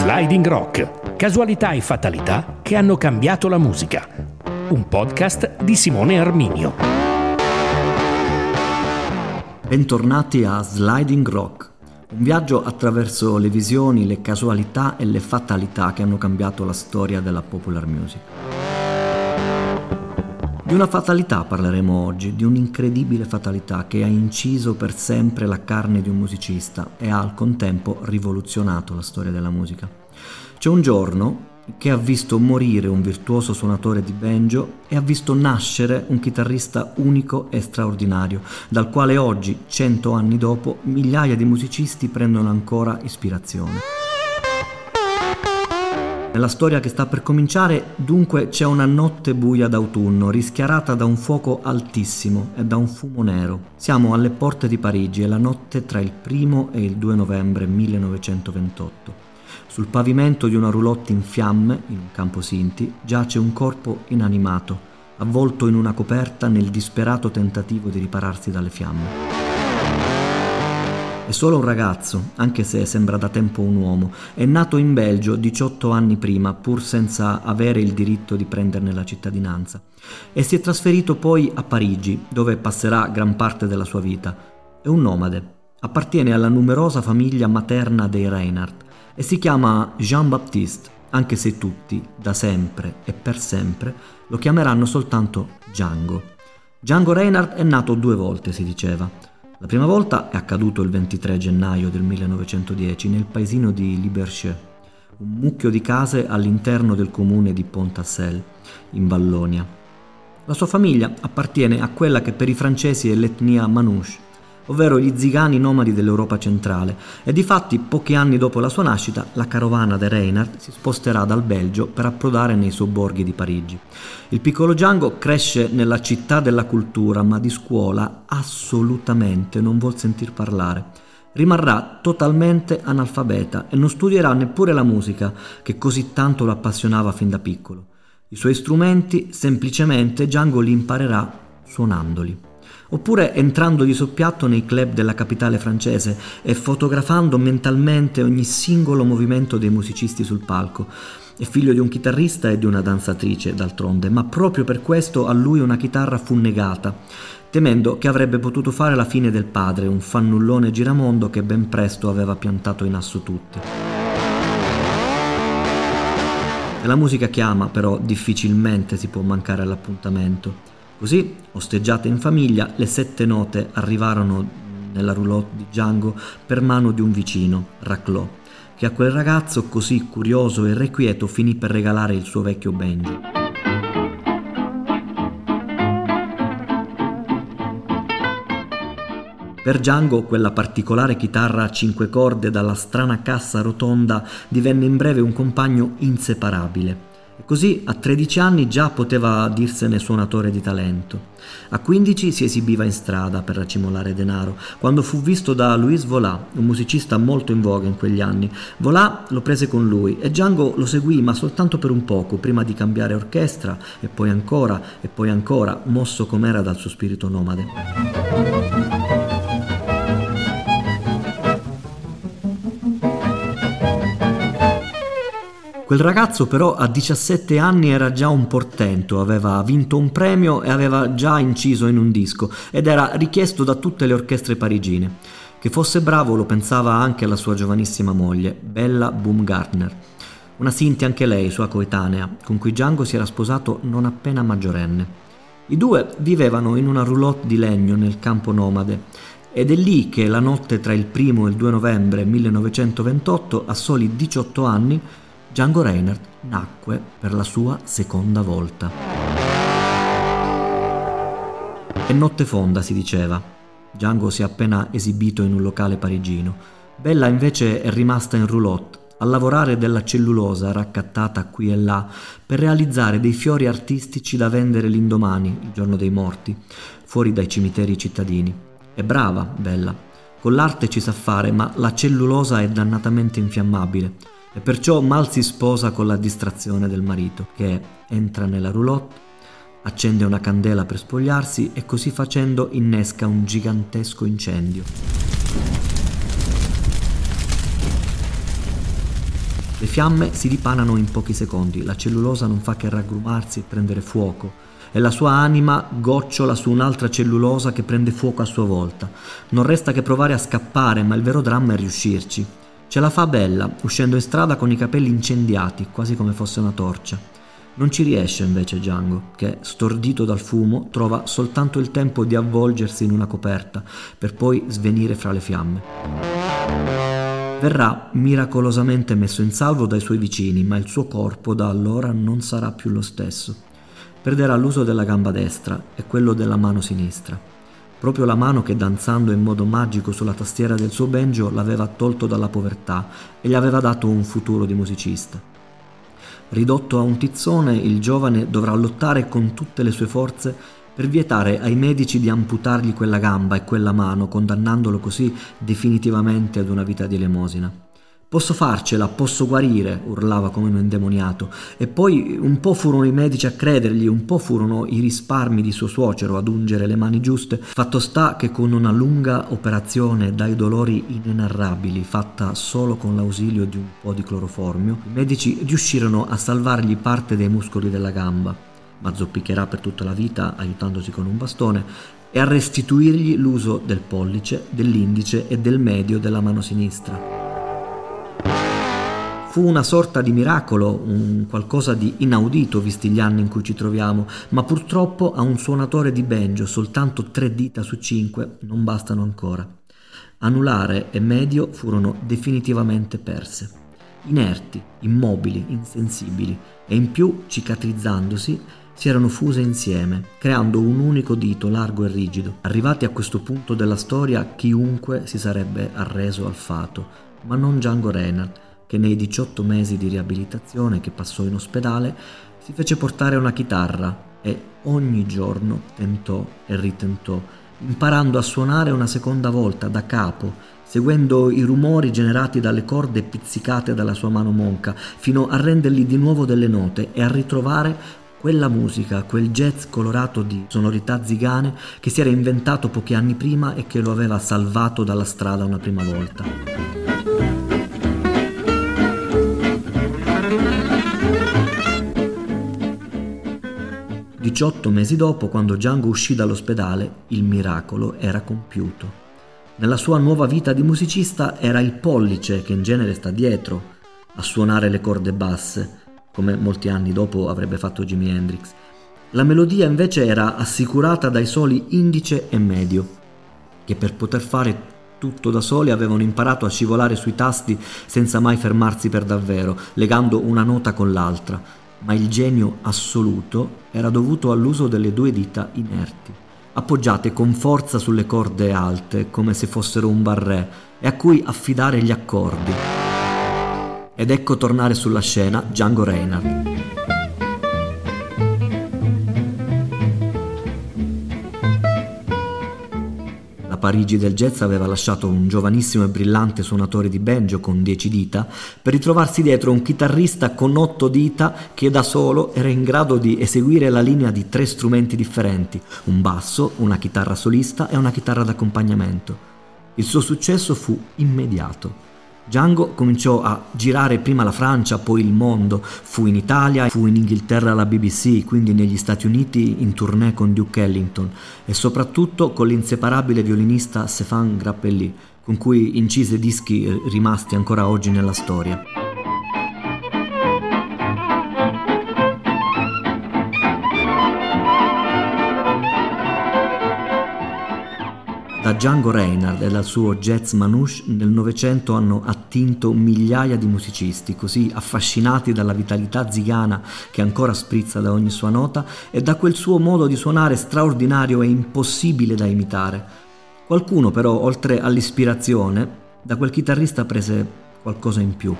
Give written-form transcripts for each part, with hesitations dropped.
Sliding Rock, casualità e fatalità che hanno cambiato la musica. Un podcast di Simone Arminio. Bentornati a Sliding Rock, un viaggio attraverso le visioni, le casualità e le fatalità che hanno cambiato la storia della popular music. Di una fatalità parleremo oggi, di un'incredibile fatalità che ha inciso per sempre la carne di un musicista e ha al contempo rivoluzionato la storia della musica. C'è un giorno che ha visto morire un virtuoso suonatore di banjo e ha visto nascere un chitarrista unico e straordinario, dal quale oggi, 100 anni dopo, migliaia di musicisti prendono ancora ispirazione. Nella storia che sta per cominciare, dunque, c'è una notte buia d'autunno, rischiarata da un fuoco altissimo e da un fumo nero. Siamo alle porte di Parigi, è la notte tra il 1 e il 2 novembre 1928. Sul pavimento di una roulotte in fiamme, in un campo Sinti, giace un corpo inanimato, avvolto in una coperta nel disperato tentativo di ripararsi dalle fiamme. È solo un ragazzo, anche se sembra da tempo un uomo. È nato in Belgio 18 anni prima, pur senza avere il diritto di prenderne la cittadinanza. E si è trasferito poi a Parigi, dove passerà gran parte della sua vita. È un nomade. Appartiene alla numerosa famiglia materna dei Reinhardt e si chiama Jean-Baptiste, anche se tutti, da sempre e per sempre, lo chiameranno soltanto Django. Django Reinhardt è nato 2 volte, si diceva. La prima volta è accaduto il 23 gennaio del 1910 nel paesino di Liberchieux, un mucchio di case all'interno del comune di Pontassel, in Vallonia. La sua famiglia appartiene a quella che per i francesi è l'etnia Manouche, ovvero gli zigani nomadi dell'Europa centrale, e difatti pochi anni dopo la sua nascita la carovana dei Reinhardt si sposterà dal Belgio per approdare nei sobborghi di Parigi. Il piccolo Django cresce nella città della cultura, ma di scuola assolutamente non vuol sentir parlare. Rimarrà totalmente analfabeta e non studierà neppure la musica, che così tanto lo appassionava fin da piccolo. I suoi strumenti semplicemente Django li imparerà suonandoli, oppure entrando di soppiatto nei club della capitale francese e fotografando mentalmente ogni singolo movimento dei musicisti sul palco. È figlio di un chitarrista e di una danzatrice, d'altronde, ma proprio per questo a lui una chitarra fu negata, temendo che avrebbe potuto fare la fine del padre, un fannullone giramondo che ben presto aveva piantato in asso tutti. Se la musica chiama, però, difficilmente si può mancare all'appuntamento. Così, osteggiate in famiglia, le 7 note arrivarono nella roulotte di Django per mano di un vicino, Raclot, che a quel ragazzo così curioso e irrequieto finì per regalare il suo vecchio banjo. Per Django quella particolare chitarra a 5 corde dalla strana cassa rotonda divenne in breve un compagno inseparabile. E così a 13 anni già poteva dirsene suonatore di talento. A 15 si esibiva in strada per racimolare denaro, quando fu visto da Louis Volat, un musicista molto in voga in quegli anni. Volat lo prese con lui e Django lo seguì, ma soltanto per un poco, prima di cambiare orchestra e poi ancora, mosso com'era dal suo spirito nomade. Quel ragazzo però a 17 anni era già un portento, aveva vinto un premio e aveva già inciso in un disco ed era richiesto da tutte le orchestre parigine. Che fosse bravo lo pensava anche la sua giovanissima moglie, Bella Baumgartner, una Sinti anche lei, sua coetanea, con cui Django si era sposato non appena maggiorenne. I due vivevano in una roulotte di legno nel campo nomade ed è lì che la notte tra il 1 e il 2 novembre 1928, a soli 18 anni, Django Reinhardt nacque per la sua seconda volta. È notte fonda, si diceva. Django si è appena esibito in un locale parigino. Bella invece è rimasta in roulotte a lavorare della cellulosa raccattata qui e là per realizzare dei fiori artistici da vendere l'indomani, il giorno dei morti, fuori dai cimiteri cittadini. È brava, Bella. Con l'arte ci sa fare, ma la cellulosa è dannatamente infiammabile. E perciò mal si sposa con la distrazione del marito, che entra nella roulotte, accende una candela per spogliarsi e così facendo innesca un gigantesco incendio. Le fiamme si dipanano in pochi secondi, la cellulosa non fa che raggrumarsi e prendere fuoco, e la sua anima gocciola su un'altra cellulosa che prende fuoco a sua volta. Non resta che provare a scappare, ma il vero dramma è riuscirci. Ce la fa bella, uscendo in strada con i capelli incendiati, quasi come fosse una torcia. Non ci riesce invece Django, che, stordito dal fumo, trova soltanto il tempo di avvolgersi in una coperta, per poi svenire fra le fiamme. Verrà miracolosamente messo in salvo dai suoi vicini, ma il suo corpo da allora non sarà più lo stesso. Perderà l'uso della gamba destra e quello della mano sinistra. Proprio la mano che, danzando in modo magico sulla tastiera del suo banjo, l'aveva tolto dalla povertà e gli aveva dato un futuro di musicista. Ridotto a un tizzone, il giovane dovrà lottare con tutte le sue forze per vietare ai medici di amputargli quella gamba e quella mano, condannandolo così definitivamente ad una vita di elemosina. «Posso farcela, posso guarire», urlava come un indemoniato, e poi un po' furono i medici a credergli, un po' furono i risparmi di suo suocero ad ungere le mani giuste. Fatto sta che con una lunga operazione dai dolori inenarrabili, fatta solo con l'ausilio di un po' di cloroformio, i medici riuscirono a salvargli parte dei muscoli della gamba, ma zoppicherà per tutta la vita aiutandosi con un bastone, e a restituirgli l'uso del pollice, dell'indice e del medio della mano sinistra. Fu una sorta di miracolo, un qualcosa di inaudito visti gli anni in cui ci troviamo, ma purtroppo a un suonatore di banjo soltanto 3 dita su 5 non bastano ancora. Anulare e medio furono definitivamente perse. Inerti, immobili, insensibili, e in più, cicatrizzandosi, si erano fuse insieme, creando un unico dito largo e rigido. Arrivati a questo punto della storia, chiunque si sarebbe arreso al fato, ma non Django Reinhardt, che nei 18 mesi di riabilitazione che passò in ospedale si fece portare una chitarra e ogni giorno tentò e ritentò, imparando a suonare una seconda volta da capo, seguendo i rumori generati dalle corde pizzicate dalla sua mano monca, fino a rendergli di nuovo delle note e a ritrovare quella musica, quel jazz colorato di sonorità zigane che si era inventato pochi anni prima e che lo aveva salvato dalla strada una prima volta. 18 mesi dopo, quando Django uscì dall'ospedale, il miracolo era compiuto. Nella sua nuova vita di musicista era il pollice, che in genere sta dietro, a suonare le corde basse, come molti anni dopo avrebbe fatto Jimi Hendrix. La melodia invece era assicurata dai soli indice e medio, che per poter fare tutto da soli avevano imparato a scivolare sui tasti senza mai fermarsi per davvero, legando una nota con l'altra. Ma il genio assoluto era dovuto all'uso delle 2 dita inerti, appoggiate con forza sulle corde alte, come se fossero un barré, e a cui affidare gli accordi. Ed ecco tornare sulla scena Django Reinhardt. Parigi del jazz aveva lasciato un giovanissimo e brillante suonatore di banjo con 10 dita per ritrovarsi dietro un chitarrista con 8 dita che da solo era in grado di eseguire la linea di 3 strumenti differenti, un basso, una chitarra solista e una chitarra d'accompagnamento. Il suo successo fu immediato. Django cominciò a girare prima la Francia, poi il mondo, fu in Italia, fu in Inghilterra alla BBC, quindi negli Stati Uniti in tournée con Duke Ellington e soprattutto con l'inseparabile violinista Stéphane Grappelli, con cui incise dischi rimasti ancora oggi nella storia. Da Django Reinhardt e dal suo jazz manouche nel Novecento hanno attinto migliaia di musicisti, così affascinati dalla vitalità zigana che ancora sprizza da ogni sua nota e da quel suo modo di suonare straordinario e impossibile da imitare. Qualcuno però, oltre all'ispirazione, da quel chitarrista prese qualcosa in più.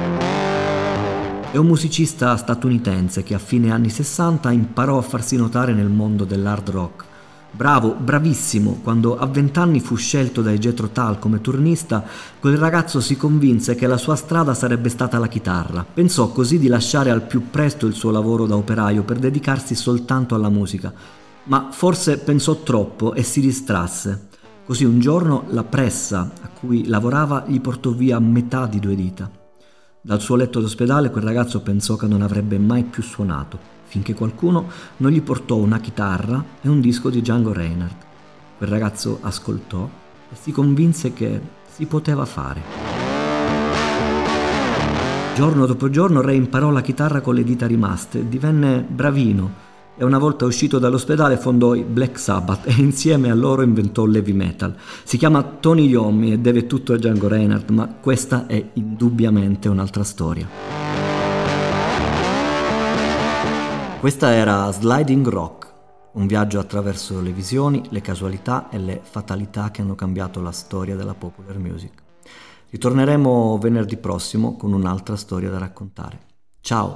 È un musicista statunitense che a fine anni 60 imparò a farsi notare nel mondo dell'hard rock. Bravo, bravissimo, quando a 20 anni fu scelto dai Jethro Tull come turnista, quel ragazzo si convinse che la sua strada sarebbe stata la chitarra. Pensò così di lasciare al più presto il suo lavoro da operaio per dedicarsi soltanto alla musica, ma forse pensò troppo e si distrasse. Così un giorno la pressa a cui lavorava gli portò via metà di 2 dita. Dal suo letto d'ospedale quel ragazzo pensò che non avrebbe mai più suonato, finché qualcuno non gli portò una chitarra e un disco di Django Reinhardt. Quel ragazzo ascoltò e si convinse che si poteva fare. Giorno dopo giorno Ray imparò la chitarra con le dita rimaste, divenne bravino e una volta uscito dall'ospedale fondò i Black Sabbath e insieme a loro inventò l'heavy metal. Si chiama Tony Iommi e deve tutto a Django Reinhardt, ma questa è indubbiamente un'altra storia. Questa era Sliding Rock, un viaggio attraverso le visioni, le casualità e le fatalità che hanno cambiato la storia della popular music. Ritorneremo venerdì prossimo con un'altra storia da raccontare. Ciao!